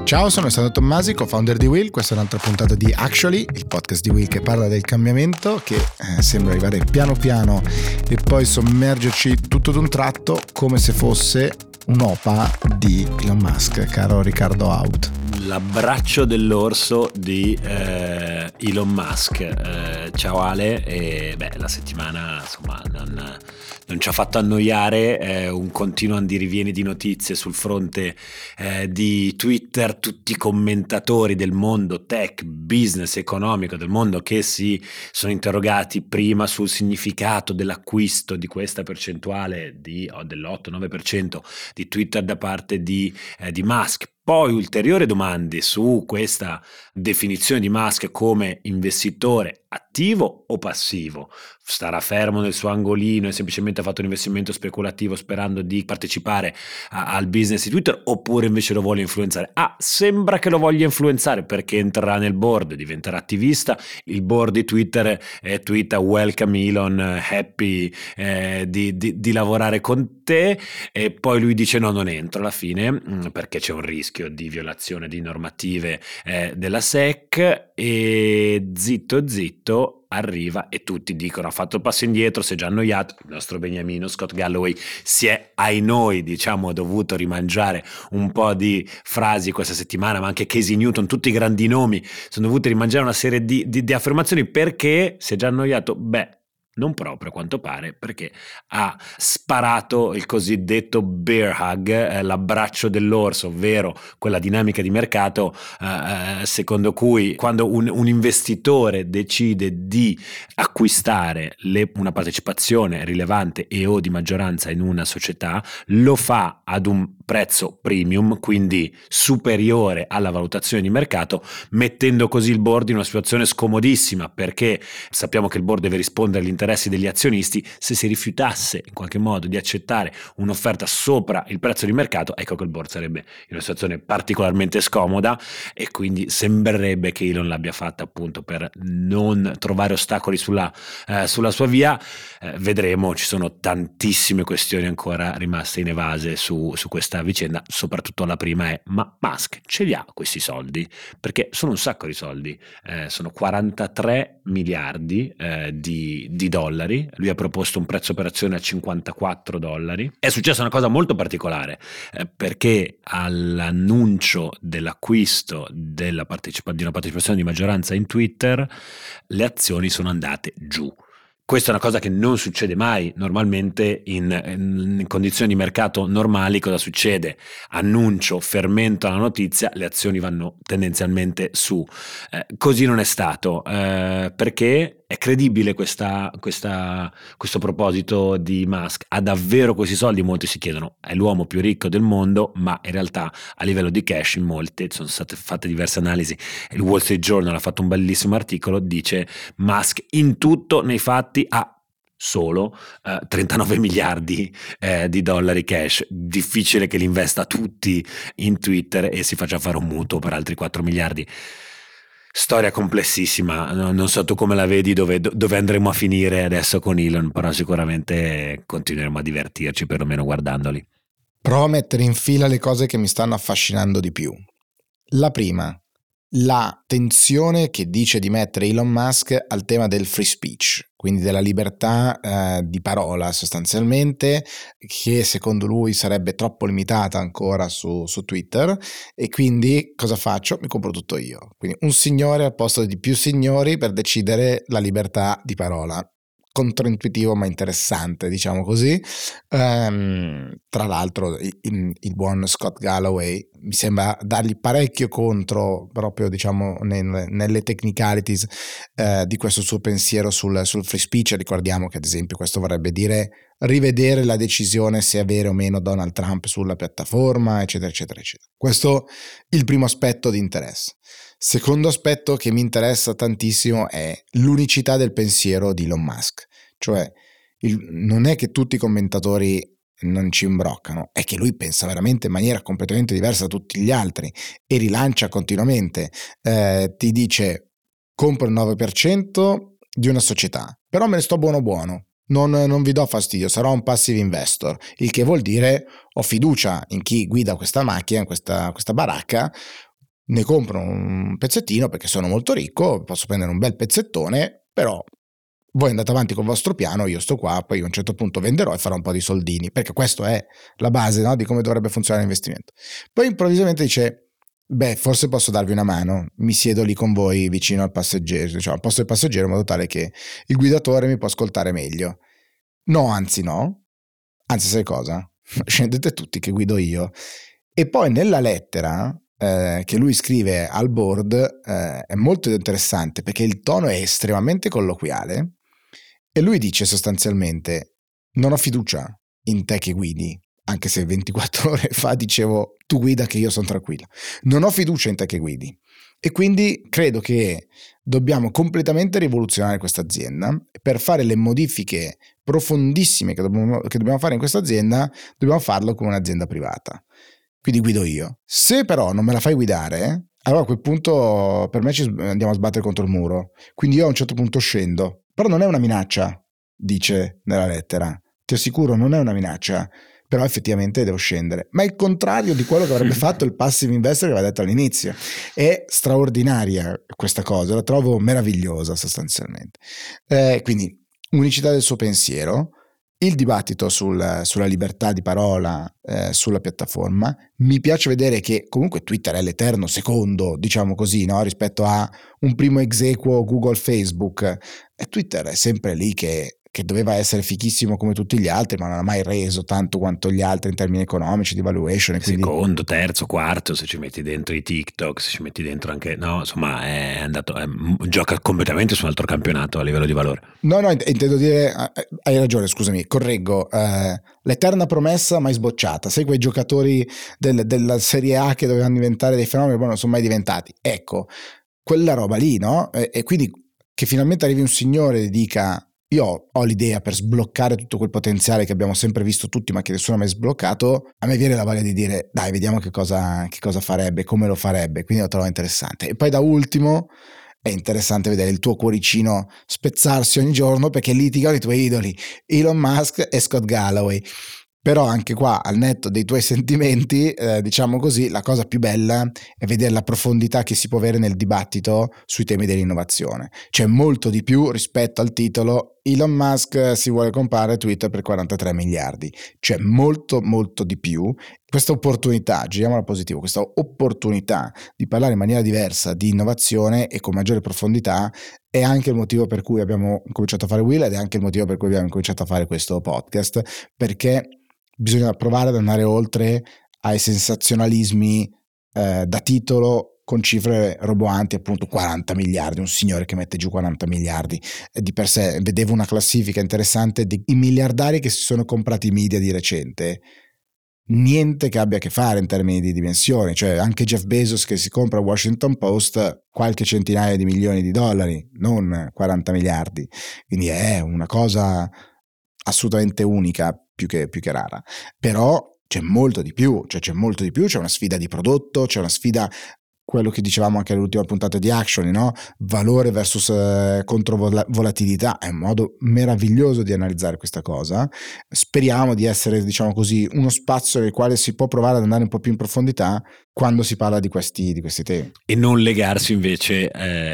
Ciao, sono Alessandro Tommasi, co-founder di Will. Questa è un'altra puntata di Actually, il podcast di Will che parla del cambiamento, che sembra arrivare piano piano e poi sommergerci tutto d'un tratto come se fosse un'OPA di Elon Musk, caro Riccardo Out. L'abbraccio dell'orso di Elon Musk. Ciao Ale, e la settimana insomma non ci ha fatto annoiare, un continuo andirivieni di notizie sul fronte di Twitter, tutti i commentatori del mondo tech, business, economico del mondo che si sono interrogati prima sul significato dell'acquisto di questa percentuale dell'8-9% di Twitter da parte di Musk. Poi ulteriori domande su questa definizione di Musk come investitore attivo o passivo. Starà fermo nel suo angolino e semplicemente ha fatto un investimento speculativo sperando di partecipare al business di Twitter, oppure invece lo vuole influenzare? Sembra che lo voglia influenzare perché entrerà nel board, diventerà attivista. Il board di Twitter twitta "Welcome Elon, happy di lavorare con te", e poi lui dice no, non entro alla fine perché c'è un rischio di violazione di normative della SEC, e zitto arriva e tutti dicono ha fatto il passo indietro, si è già annoiato. Il nostro beniamino Scott Galloway si è, ai noi dovuto rimangiare un po' di frasi questa settimana, ma anche Casey Newton, tutti i grandi nomi sono dovuti rimangiare una serie di affermazioni perché si è già annoiato. Non proprio a quanto pare, perché ha sparato il cosiddetto bear hug, l'abbraccio dell'orso, ovvero quella dinamica di mercato secondo cui quando un investitore decide di acquistare una partecipazione rilevante e o di maggioranza in una società, lo fa ad un prezzo premium, quindi superiore alla valutazione di mercato, mettendo così il board in una situazione scomodissima, perché sappiamo che il board deve rispondere agli interessi degli azionisti. Se si rifiutasse in qualche modo di accettare un'offerta sopra il prezzo di mercato, ecco che il board sarebbe in una situazione particolarmente scomoda, e quindi sembrerebbe che Elon l'abbia fatta appunto per non trovare ostacoli sulla sua via. Vedremo, ci sono tantissime questioni ancora rimaste inevase su questa vicenda, soprattutto la prima è: ma Musk ce li ha questi soldi? Perché sono un sacco di soldi, sono 43 miliardi di dollari. Lui ha proposto un prezzo operazione a $54. È successa una cosa molto particolare, perché all'annuncio dell'acquisto di una partecipazione di maggioranza in Twitter, le azioni sono andate giù. Questa è una cosa che non succede mai. Normalmente in condizioni di mercato normali cosa succede? Annuncio, fermento la notizia, le azioni vanno tendenzialmente su. Così non è stato, perché è credibile questo proposito di Musk? Ha davvero questi soldi? Molti si chiedono. È l'uomo più ricco del mondo, ma in realtà a livello di cash in molte sono state fatte diverse analisi. Il Wall Street Journal ha fatto un bellissimo articolo, dice Musk in tutto, nei fatti, ha solo 39 miliardi di dollari cash. Difficile che li investa tutti in Twitter e si faccia fare un mutuo per altri 4 miliardi. Storia complessissima, non so tu come la vedi, dove andremo a finire adesso con Elon, però sicuramente continueremo a divertirci, perlomeno guardandoli. Provo a mettere in fila le cose che mi stanno affascinando di più. La prima, la tensione che dice di mettere Elon Musk al tema del free speech, quindi della libertà di parola sostanzialmente, che secondo lui sarebbe troppo limitata ancora su Twitter, e quindi cosa faccio? Mi compro tutto io. Quindi un signore al posto di più signori per decidere la libertà di parola. Controintuitivo ma interessante, diciamo così. Tra l'altro il buon Scott Galloway mi sembra dargli parecchio contro proprio, diciamo, nelle technicalities di questo suo pensiero sul free speech. Ricordiamo che ad esempio questo vorrebbe dire rivedere la decisione se avere o meno Donald Trump sulla piattaforma, eccetera eccetera eccetera. Questo è il primo aspetto di interesse. Secondo aspetto che mi interessa tantissimo è l'unicità del pensiero di Elon Musk, cioè non è che tutti i commentatori non ci imbroccano, è che lui pensa veramente in maniera completamente diversa da tutti gli altri e rilancia continuamente. Ti dice: compro il 9% di una società, però me ne sto buono, non vi do fastidio, sarò un passive investor, il che vuol dire ho fiducia in chi guida questa macchina, questa baracca, ne compro un pezzettino perché sono molto ricco, posso prendere un bel pezzettone, però voi andate avanti col vostro piano, io sto qua, poi a un certo punto venderò e farò un po' di soldini, perché questo è la base, no, di come dovrebbe funzionare l'investimento. Poi improvvisamente dice, beh, forse posso darvi una mano, mi siedo lì con voi vicino al passeggero, diciamo, al posto del passeggero, in modo tale che il guidatore mi può ascoltare meglio. No, anzi sai cosa? Scendete tutti che guido io. E poi nella lettera che lui scrive al board è molto interessante, perché il tono è estremamente colloquiale e lui dice sostanzialmente: non ho fiducia in te che guidi, anche se 24 ore fa dicevo tu guida che io sono tranquillo, non ho fiducia in te che guidi e quindi credo che dobbiamo completamente rivoluzionare questa azienda. Per fare le modifiche profondissime che dobbiamo fare in questa azienda, dobbiamo farlo con un'azienda privata, quindi guido io. Se però non me la fai guidare, allora a quel punto per me ci andiamo a sbattere contro il muro, quindi io a un certo punto scendo. Però non è una minaccia, dice nella lettera, ti assicuro non è una minaccia, però effettivamente devo scendere. Ma è il contrario di quello che avrebbe fatto il passive investor che aveva detto all'inizio. È straordinaria questa cosa, la trovo meravigliosa sostanzialmente. Quindi unicità del suo pensiero, il dibattito sulla libertà di parola sulla piattaforma. Mi piace vedere che comunque Twitter è l'eterno secondo, diciamo così, no? Rispetto a un primo ex aequo Google, Facebook, e Twitter è sempre lì che doveva essere fichissimo come tutti gli altri, ma non ha mai reso tanto quanto gli altri in termini economici, di valuation. E quindi... Secondo, terzo, quarto, se ci metti dentro i TikTok, se ci metti dentro anche, no, insomma, gioca completamente su un altro campionato a livello di valore. No, intendo dire, hai ragione, scusami, correggo, l'eterna promessa mai sbocciata, sai quei giocatori della Serie A che dovevano diventare dei fenomeni, poi non sono mai diventati, ecco, quella roba lì, no? E quindi che finalmente arrivi un signore e dica: io ho l'idea per sbloccare tutto quel potenziale che abbiamo sempre visto tutti ma che nessuno ha mai sbloccato, a me viene la voglia di dire dai, vediamo che cosa farebbe, come lo farebbe, quindi lo trovo interessante. E poi da ultimo è interessante vedere il tuo cuoricino spezzarsi ogni giorno perché litigano i tuoi idoli Elon Musk e Scott Galloway. Però anche qua, al netto dei tuoi sentimenti, diciamo così, la cosa più bella è vedere la profondità che si può avere nel dibattito sui temi dell'innovazione. C'è molto di più rispetto al titolo Elon Musk si vuole comprare Twitter per 43 miliardi. C'è molto molto di più. Questa opportunità, giriamola positivo, questa opportunità di parlare in maniera diversa di innovazione e con maggiore profondità è anche il motivo per cui abbiamo cominciato a fare Will, ed è anche il motivo per cui abbiamo cominciato a fare questo podcast, perché bisogna provare ad andare oltre ai sensazionalismi da titolo con cifre roboanti, appunto 40 miliardi, un signore che mette giù 40 miliardi. Di per sé vedevo una classifica interessante di i miliardari che si sono comprati i media di recente, niente che abbia a che fare in termini di dimensioni, cioè anche Jeff Bezos che si compra Washington Post, qualche centinaia di milioni di dollari, non 40 miliardi, quindi è una cosa assolutamente unica, più che rara. Però c'è molto di più, c'è una sfida di prodotto, c'è una sfida, quello che dicevamo anche all'ultima puntata di Action, no? Valore versus controvolatilità, è un modo meraviglioso di analizzare questa cosa. Speriamo di essere, diciamo così, uno spazio nel quale si può provare ad andare un po' più in profondità quando si parla di questi temi. E non legarsi invece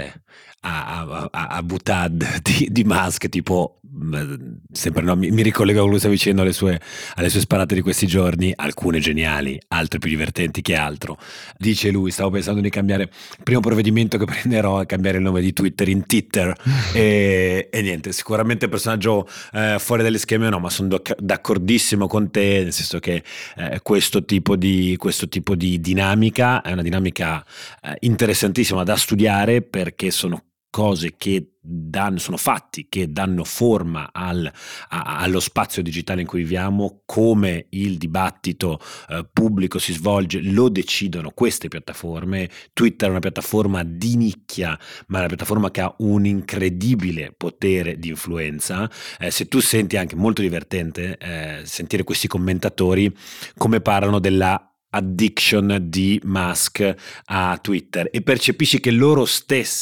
a butad di Musk, tipo sempre no, mi ricollego a quello che stavi dicendo, alle sue sparate di questi giorni, alcune geniali, altre più divertenti che altro. Dice lui: stavo pensando di cambiare, il primo provvedimento che prenderò è cambiare il nome di Twitter in Titter. E niente, sicuramente personaggio fuori dalle scheme, no, ma sono d'accordissimo con te, nel senso che questo tipo di dinamica è una dinamica interessantissima da studiare, perché sono cose che sono fatti che danno forma allo spazio digitale in cui viviamo. Come il dibattito pubblico si svolge lo decidono queste piattaforme. Twitter è una piattaforma di nicchia, ma è una piattaforma che ha un incredibile potere di influenza. Se tu senti, anche molto divertente sentire questi commentatori come parlano della addiction di Musk a Twitter, e percepisci che loro stessi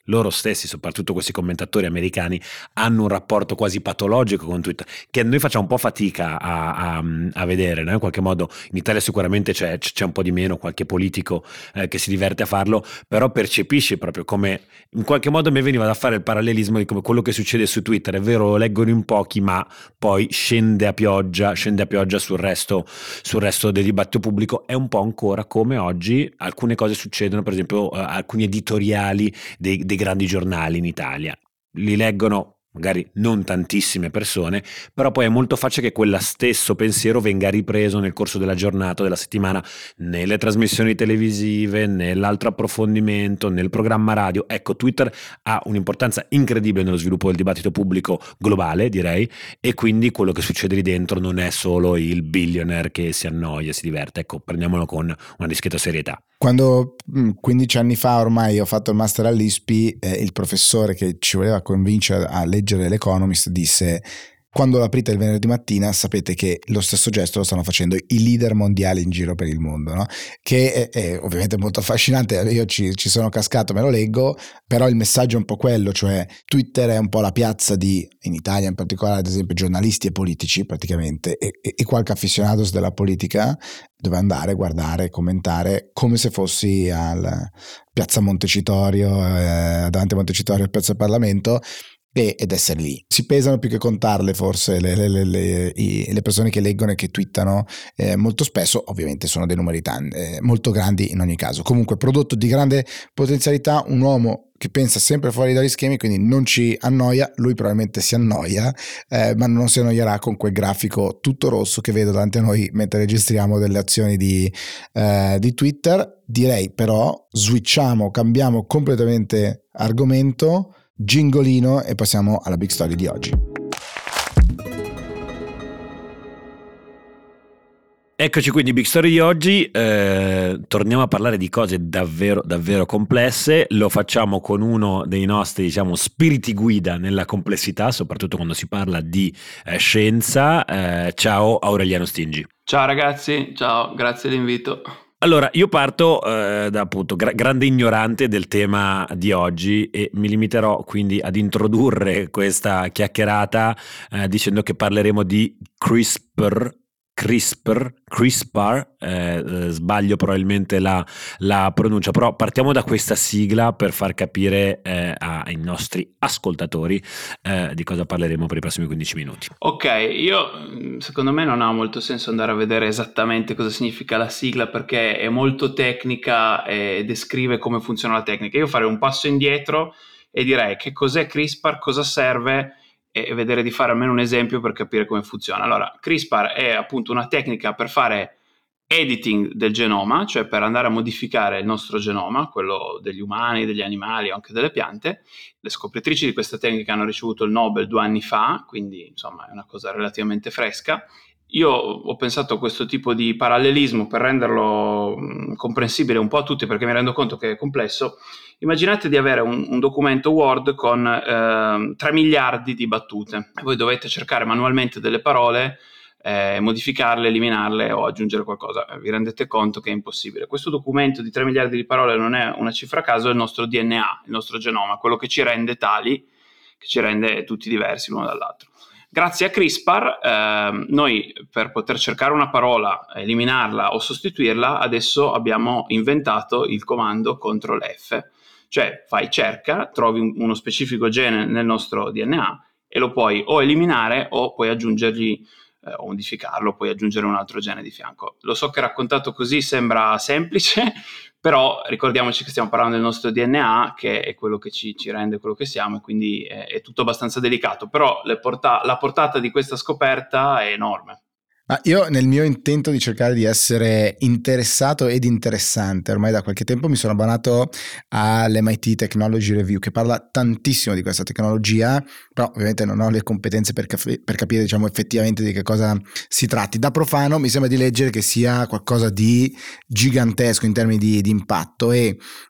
loro stessi, soprattutto questi commentatori americani, hanno un rapporto quasi patologico con Twitter, che noi facciamo un po' fatica a vedere, no? In qualche modo in Italia sicuramente c'è un po' di meno, qualche politico che si diverte a farlo, però percepisci proprio come, in qualche modo mi veniva da fare il parallelismo di come quello che succede su Twitter, è vero, lo leggono in pochi, ma poi scende a pioggia sul resto del dibattito pubblico. È un po' ancora come oggi alcune cose succedono, per esempio alcuni editoriali dei grandi giornali in Italia, li leggono magari non tantissime persone, però poi è molto facile che quella stesso pensiero venga ripreso nel corso della giornata, della settimana, nelle trasmissioni televisive, nell'altro approfondimento, nel programma radio. Ecco, Twitter ha un'importanza incredibile nello sviluppo del dibattito pubblico globale, direi, e quindi quello che succede lì dentro non è solo il billionaire che si annoia, si diverte. Ecco, prendiamolo con una discreta serietà. Quando 15 anni fa ormai ho fatto il master all'ISPI, il professore che ci voleva convincere a leggere l'Economist disse: quando lo aprite il venerdì mattina sapete che lo stesso gesto lo stanno facendo i leader mondiali in giro per il mondo, no? Che è ovviamente molto affascinante, io ci sono cascato, me lo leggo, però il messaggio è un po' quello, cioè Twitter è un po' la piazza di, in Italia in particolare, ad esempio, giornalisti e politici praticamente, e qualche aficionados della politica, dove andare, guardare, commentare, come se fossi al piazza Montecitorio, davanti a Montecitorio, al piazza del Parlamento, ed essere lì. Si pesano più che contarle forse le persone che leggono e che twittano, molto spesso. Ovviamente sono dei numeri molto grandi in ogni caso. Comunque prodotto di grande potenzialità, un uomo che pensa sempre fuori dagli schemi, quindi non ci annoia. Lui probabilmente si annoia, ma non si annoierà con quel grafico tutto rosso che vedo davanti a noi mentre registriamo delle azioni di Twitter. Direi però cambiamo completamente argomento, gingolino, e passiamo alla big story di oggi. Eccoci, quindi big story di oggi, torniamo a parlare di cose davvero davvero complesse. Lo facciamo con uno dei nostri, diciamo, spiriti guida nella complessità, soprattutto quando si parla di scienza. Ciao Aureliano Stingi. Ciao ragazzi, ciao, grazie dell'invito. Allora, io parto da appunto grande ignorante del tema di oggi, e mi limiterò quindi ad introdurre questa chiacchierata dicendo che parleremo di CRISPR, sbaglio probabilmente la pronuncia, però partiamo da questa sigla per far capire ai nostri ascoltatori di cosa parleremo per i prossimi 15 minuti. Ok, secondo me non ha molto senso andare a vedere esattamente cosa significa la sigla, perché è molto tecnica e descrive come funziona la tecnica. Io farei un passo indietro e direi che cos'è CRISPR, cosa serve, e vedere di fare almeno un esempio per capire come funziona. Allora, CRISPR è appunto una tecnica per fare editing del genoma, cioè per andare a modificare il nostro genoma, quello degli umani, degli animali o anche delle piante. Le scopritrici di questa tecnica hanno ricevuto il Nobel 2 anni fa, quindi insomma è una cosa relativamente fresca. Io ho pensato a questo tipo di parallelismo per renderlo comprensibile un po' a tutti, perché mi rendo conto che è complesso. Immaginate di avere un documento Word con 3 miliardi di battute. Voi dovete cercare manualmente delle parole, modificarle, eliminarle o aggiungere qualcosa. Vi rendete conto che è impossibile. Questo documento di 3 miliardi di parole non è una cifra a caso, è il nostro DNA, il nostro genoma, quello che ci rende tali, che ci rende tutti diversi l'uno dall'altro. Grazie a CRISPR noi, per poter cercare una parola, eliminarla o sostituirla, adesso abbiamo inventato il comando CTRL-F, cioè fai cerca, trovi uno specifico gene nel nostro DNA e lo puoi o eliminare o puoi aggiungergli o modificarlo, puoi aggiungere un altro gene di fianco. Lo so che raccontato così sembra semplice, però ricordiamoci che stiamo parlando del nostro DNA, che è quello che ci rende quello che siamo, e quindi è tutto abbastanza delicato, però la portata di questa scoperta è enorme. Ma io, nel mio intento di cercare di essere interessato ed interessante, ormai da qualche tempo mi sono abbonato all'MIT Technology Review, che parla tantissimo di questa tecnologia, però ovviamente non ho le competenze per capire, diciamo, effettivamente di che cosa si tratti. Da profano mi sembra di leggere che sia qualcosa di gigantesco in termini di impatto, e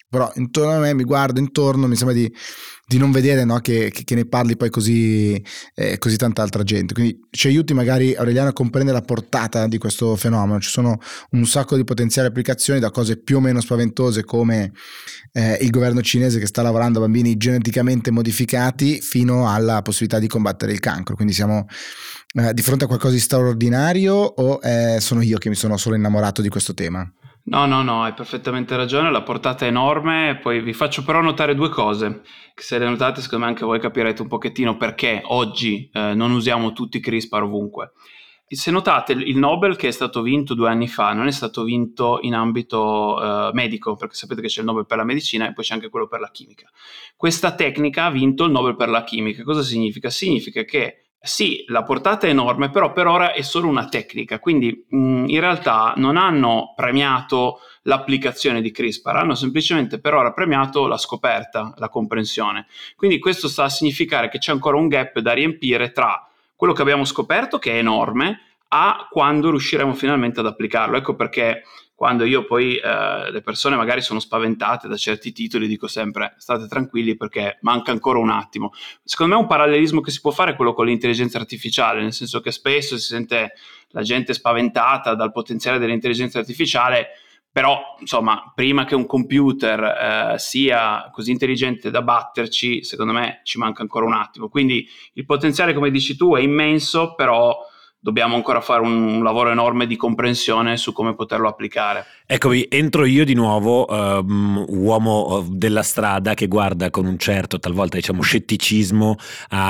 però intorno a me mi guardo intorno, mi sembra di non vedere, no, che ne parli poi così tanta altra gente. Quindi ci aiuti magari, Aureliano, a comprendere la portata di questo fenomeno. Ci sono un sacco di potenziali applicazioni, da cose più o meno spaventose come il governo cinese che sta lavorando a bambini geneticamente modificati, fino alla possibilità di combattere il cancro. Quindi siamo di fronte a qualcosa di straordinario, o sono io che mi sono solo innamorato di questo tema? No, hai perfettamente ragione, la portata è enorme. Poi vi faccio però notare due cose, che se le notate secondo me anche voi capirete un pochettino perché oggi non usiamo tutti CRISPR ovunque. Se notate, il Nobel che è stato vinto 2 anni fa non è stato vinto in ambito medico, perché sapete che c'è il Nobel per la medicina e poi c'è anche quello per la chimica. Questa tecnica ha vinto il Nobel per la chimica. Cosa significa? Significa che sì, la portata è enorme, però per ora è solo una tecnica, quindi in realtà non hanno premiato l'applicazione di CRISPR, hanno semplicemente per ora premiato la scoperta, la comprensione. Quindi questo sta a significare che c'è ancora un gap da riempire tra quello che abbiamo scoperto, che è enorme, a quando riusciremo finalmente ad applicarlo. Ecco perché quando io poi le persone magari sono spaventate da certi titoli, dico sempre state tranquilli perché manca ancora un attimo. Secondo me un parallelismo che si può fare è quello con l'intelligenza artificiale, nel senso che spesso si sente la gente spaventata dal potenziale dell'intelligenza artificiale, però insomma prima che un computer sia così intelligente da batterci, secondo me ci manca ancora un attimo. Quindi il potenziale, come dici tu, è immenso, però dobbiamo ancora fare un lavoro enorme di comprensione su come poterlo applicare. Eccomi, entro io di nuovo, uomo della strada che guarda con un certo, talvolta diciamo, scetticismo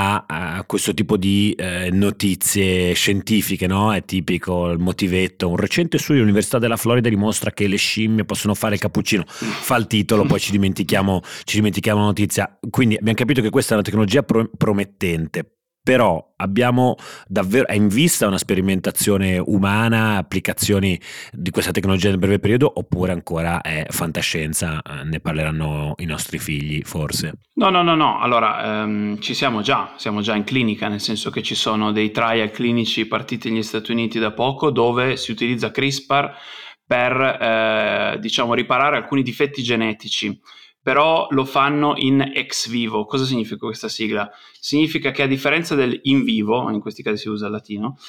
a questo tipo di notizie scientifiche, no? È tipico il motivetto. Un recente studio dell'Università della Florida dimostra che le scimmie possono fare il cappuccino. Fa il titolo, poi ci dimentichiamo la notizia. Quindi abbiamo capito che questa è una tecnologia promettente. Però abbiamo davvero, è in vista una sperimentazione umana, applicazioni di questa tecnologia nel breve periodo, oppure ancora è fantascienza, ne parleranno i nostri figli forse? No, allora ci siamo già in clinica, nel senso che ci sono dei trial clinici partiti negli Stati Uniti da poco dove si utilizza CRISPR per diciamo riparare alcuni difetti genetici. Però lo fanno in ex vivo. Cosa significa questa sigla? Significa che a differenza del in vivo, in questi casi si usa il latino,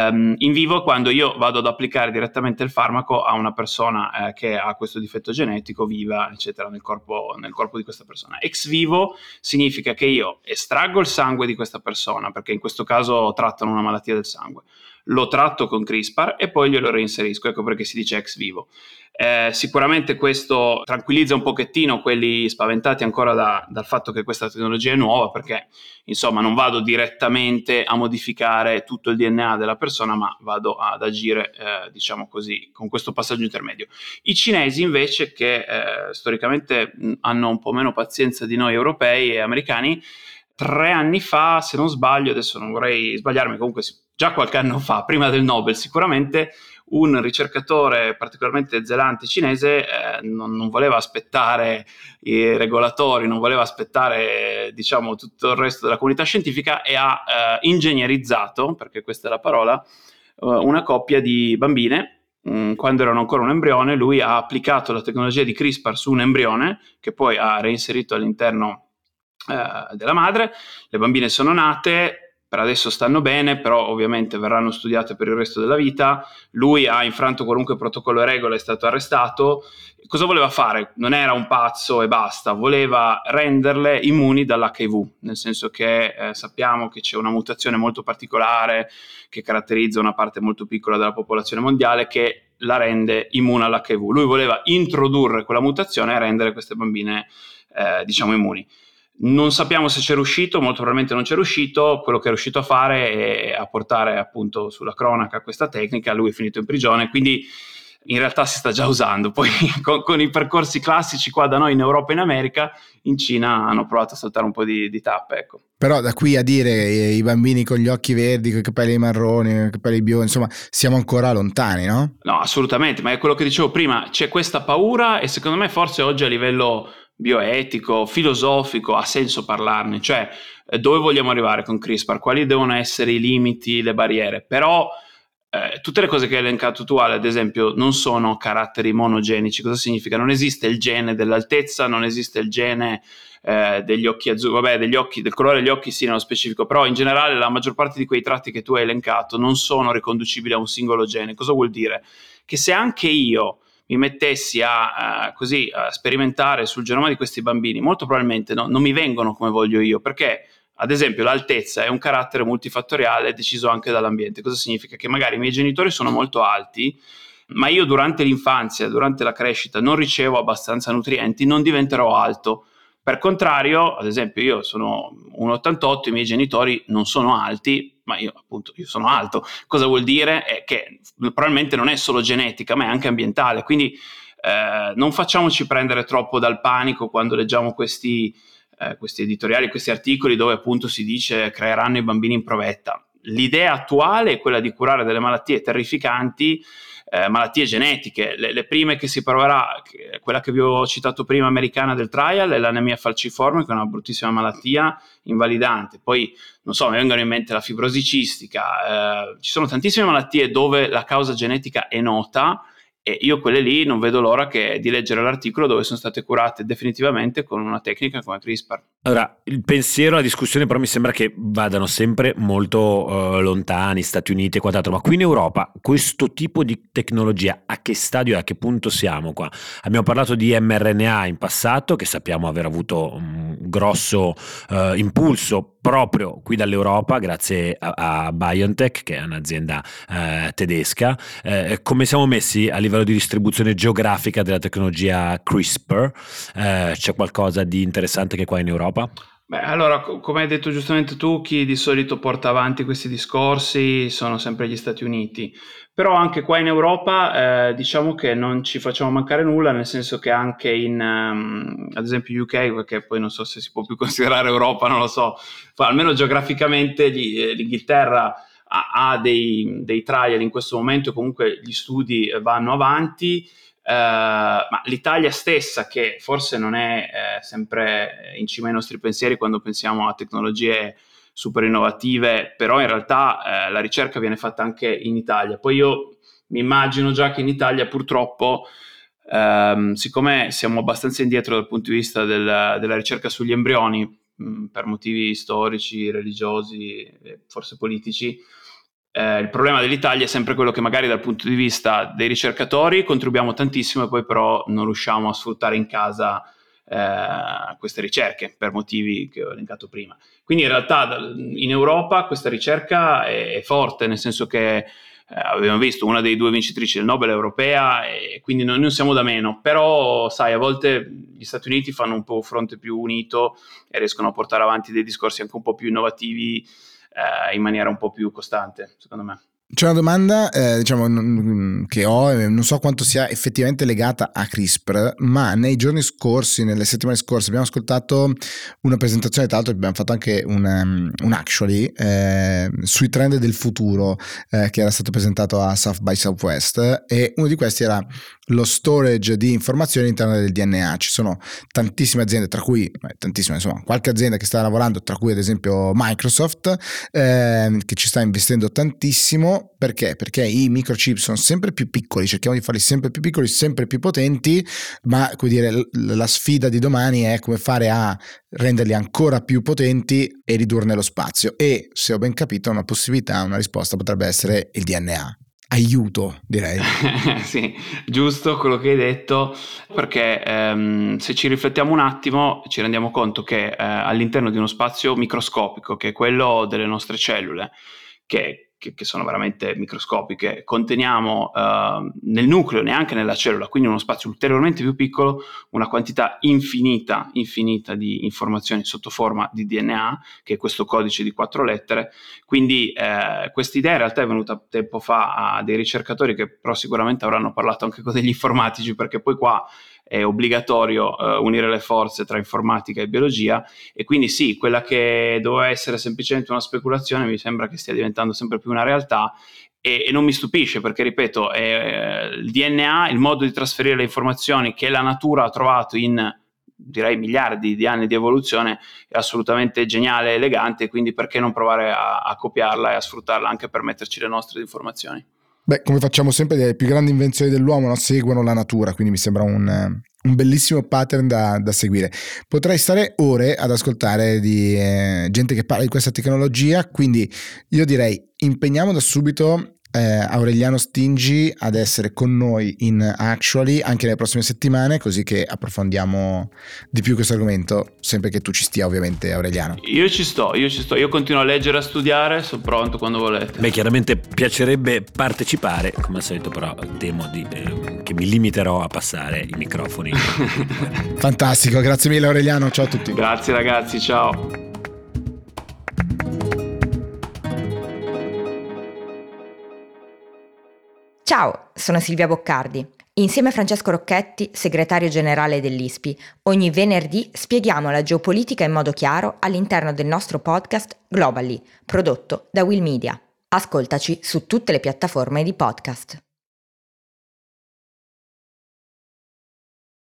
in vivo quando io vado ad applicare direttamente il farmaco a una persona che ha questo difetto genetico, viva, eccetera, nel corpo di questa persona. Ex vivo significa che io estraggo il sangue di questa persona, perché in questo caso trattano una malattia del sangue, lo tratto con CRISPR e poi glielo reinserisco, ecco perché si dice ex vivo. Sicuramente questo tranquillizza un pochettino quelli spaventati ancora dal fatto che questa tecnologia è nuova, perché insomma non vado direttamente a modificare tutto il DNA della persona, ma vado ad agire diciamo così con questo passaggio intermedio. I cinesi invece, che storicamente hanno un po' meno pazienza di noi europei e americani, 3 anni fa, se non sbaglio, adesso non vorrei sbagliarmi, comunque già qualche anno fa, prima del Nobel sicuramente, un ricercatore particolarmente zelante cinese non voleva aspettare i regolatori, non voleva aspettare diciamo tutto il resto della comunità scientifica e ha ingegnerizzato, perché questa è la parola, una coppia di bambine. Quando erano ancora un embrione, lui ha applicato la tecnologia di CRISPR su un embrione che poi ha reinserito all'interno della madre. Le bambine sono nate, per adesso stanno bene, però ovviamente verranno studiate per il resto della vita. Lui ha infranto qualunque protocollo e regola, è stato arrestato. Cosa voleva fare? Non era un pazzo e basta, voleva renderle immuni dall'HIV, nel senso che sappiamo che c'è una mutazione molto particolare che caratterizza una parte molto piccola della popolazione mondiale che la rende immune all'HIV. Lui voleva introdurre quella mutazione e rendere queste bambine diciamo immuni. Non sappiamo se c'è riuscito, molto probabilmente non c'è riuscito. Quello che è riuscito a fare è a portare appunto sulla cronaca questa tecnica. Lui è finito in prigione, quindi in realtà si sta già usando. Poi con i percorsi classici qua da noi in Europa e in America, in Cina hanno provato a saltare un po' di tappe, ecco. Però da qui a dire i bambini con gli occhi verdi, con i capelli marroni, con i capelli biondi, insomma siamo ancora lontani, no? No, assolutamente, ma è quello che dicevo prima, c'è questa paura e secondo me forse oggi a livello bioetico, filosofico ha senso parlarne, cioè dove vogliamo arrivare con CRISPR, quali devono essere i limiti, le barriere, però tutte le cose che hai elencato tu, Ale, ad esempio, non sono caratteri monogenici. Cosa significa? Non esiste il gene dell'altezza, non esiste il gene degli occhi azzurri, vabbè, degli occhi, del colore degli occhi sì, nello specifico, però in generale la maggior parte di quei tratti che tu hai elencato non sono riconducibili a un singolo gene. Cosa vuol dire? Che se anche io mi mettessi a sperimentare sul genoma di questi bambini, molto probabilmente non mi vengono come voglio io, perché ad esempio l'altezza è un carattere multifattoriale deciso anche dall'ambiente. Cosa significa? Che magari i miei genitori sono molto alti, ma io durante l'infanzia, durante la crescita, non ricevo abbastanza nutrienti, non diventerò alto. Per contrario, ad esempio, io sono 1,88, i miei genitori non sono alti, ma io sono alto. Cosa vuol dire? È che probabilmente non è solo genetica, ma è anche ambientale. Quindi non facciamoci prendere troppo dal panico quando leggiamo questi editoriali, questi articoli dove appunto si dice creeranno i bambini in provetta. L'idea attuale è quella di curare delle malattie terrificanti, malattie genetiche. Le prime che si proverà, quella che vi ho citato prima, americana del trial, è l'anemia falciforme, che è una bruttissima malattia invalidante. Poi, non so, mi vengono in mente la fibrosi cistica. Ci sono tantissime malattie dove la causa genetica è nota, e io quelle lì non vedo l'ora di leggere l'articolo dove sono state curate definitivamente con una tecnica come CRISPR. Allora, il pensiero, la discussione però mi sembra che vadano sempre molto lontani, Stati Uniti e quant'altro, ma qui in Europa questo tipo di tecnologia a che stadio e a che punto siamo qua? Abbiamo parlato di mRNA in passato, che sappiamo aver avuto un grosso impulso proprio qui dall'Europa grazie a BioNTech, che è un'azienda tedesca. Come siamo messi a livello di distribuzione geografica della tecnologia CRISPR? C'è qualcosa di interessante che qua in Europa? Beh, allora, come hai detto giustamente tu, chi di solito porta avanti questi discorsi sono sempre gli Stati Uniti, però anche qua in Europa diciamo che non ci facciamo mancare nulla, nel senso che anche ad esempio UK, perché poi non so se si può più considerare Europa, non lo so, almeno geograficamente l'Inghilterra ha dei trial in questo momento, comunque gli studi vanno avanti. Ma l'Italia stessa, che forse non è sempre in cima ai nostri pensieri quando pensiamo a tecnologie super innovative, però in realtà la ricerca viene fatta anche in Italia. Poi io mi immagino già che in Italia purtroppo, siccome siamo abbastanza indietro dal punto di vista della ricerca sugli embrioni, per motivi storici, religiosi e forse politici, il problema dell'Italia è sempre quello che magari dal punto di vista dei ricercatori contribuiamo tantissimo e poi però non riusciamo a sfruttare in casa queste ricerche per motivi che ho elencato prima. Quindi in realtà in Europa questa ricerca è forte, nel senso che abbiamo visto una dei due vincitrici del Nobel europea, e quindi non siamo da meno, però sai, a volte gli Stati Uniti fanno un po' fronte più unito e riescono a portare avanti dei discorsi anche un po' più innovativi in maniera un po' più costante, secondo me. C'è una domanda che ho, e non so quanto sia effettivamente legata a CRISPR, ma nei giorni scorsi, nelle settimane scorse, abbiamo ascoltato una presentazione, tra l'altro abbiamo fatto anche un actually sui trend del futuro che era stato presentato a South by Southwest, e uno di questi era lo storage di informazioni all'interno del DNA. Ci sono tantissime aziende, tra cui qualche azienda che sta lavorando, tra cui ad esempio Microsoft, che ci sta investendo tantissimo. Perché? Perché i microchip sono sempre più piccoli, cerchiamo di farli sempre più piccoli, sempre più potenti, ma come dire, la sfida di domani è come fare a renderli ancora più potenti e ridurne lo spazio. E se ho ben capito, una possibilità, una risposta potrebbe essere il DNA. Aiuto, direi. Sì, giusto quello che hai detto, perché se ci riflettiamo un attimo ci rendiamo conto che all'interno di uno spazio microscopico, che è quello delle nostre cellule, che sono veramente microscopiche, conteniamo nel nucleo, neanche nella cellula, quindi uno spazio ulteriormente più piccolo, una quantità infinita di informazioni sotto forma di DNA, che è questo codice di 4 lettere. Quindi questa idea in realtà è venuta tempo fa a dei ricercatori, che però sicuramente avranno parlato anche con degli informatici, perché poi qua è obbligatorio unire le forze tra informatica e biologia, e quindi sì, quella che doveva essere semplicemente una speculazione mi sembra che stia diventando sempre più una realtà, e non mi stupisce, perché ripeto, il DNA, il modo di trasferire le informazioni che la natura ha trovato in, direi, miliardi di anni di evoluzione, è assolutamente geniale e elegante, quindi perché non provare a copiarla e a sfruttarla anche per metterci le nostre informazioni. Beh, come facciamo sempre, le più grandi invenzioni dell'uomo, no? Seguono la natura, quindi mi sembra un bellissimo pattern da seguire. Potrei stare ore ad ascoltare di gente che parla di questa tecnologia, quindi io direi impegniamo da subito Aureliano Stingi ad essere con noi in Actually anche nelle prossime settimane, così che approfondiamo di più questo argomento, sempre che tu ci stia ovviamente, Aureliano. Io ci sto, io continuo a leggere, a studiare, sono pronto quando volete. Beh, chiaramente piacerebbe partecipare, come al solito, però temo che mi limiterò a passare i microfoni. Fantastico, grazie mille Aureliano, ciao a tutti. Grazie ragazzi, ciao. Ciao, sono Silvia Boccardi. Insieme a Francesco Rocchetti, segretario generale dell'ISPI, ogni venerdì spieghiamo la geopolitica in modo chiaro all'interno del nostro podcast Globally, prodotto da Will Media. Ascoltaci su tutte le piattaforme di podcast.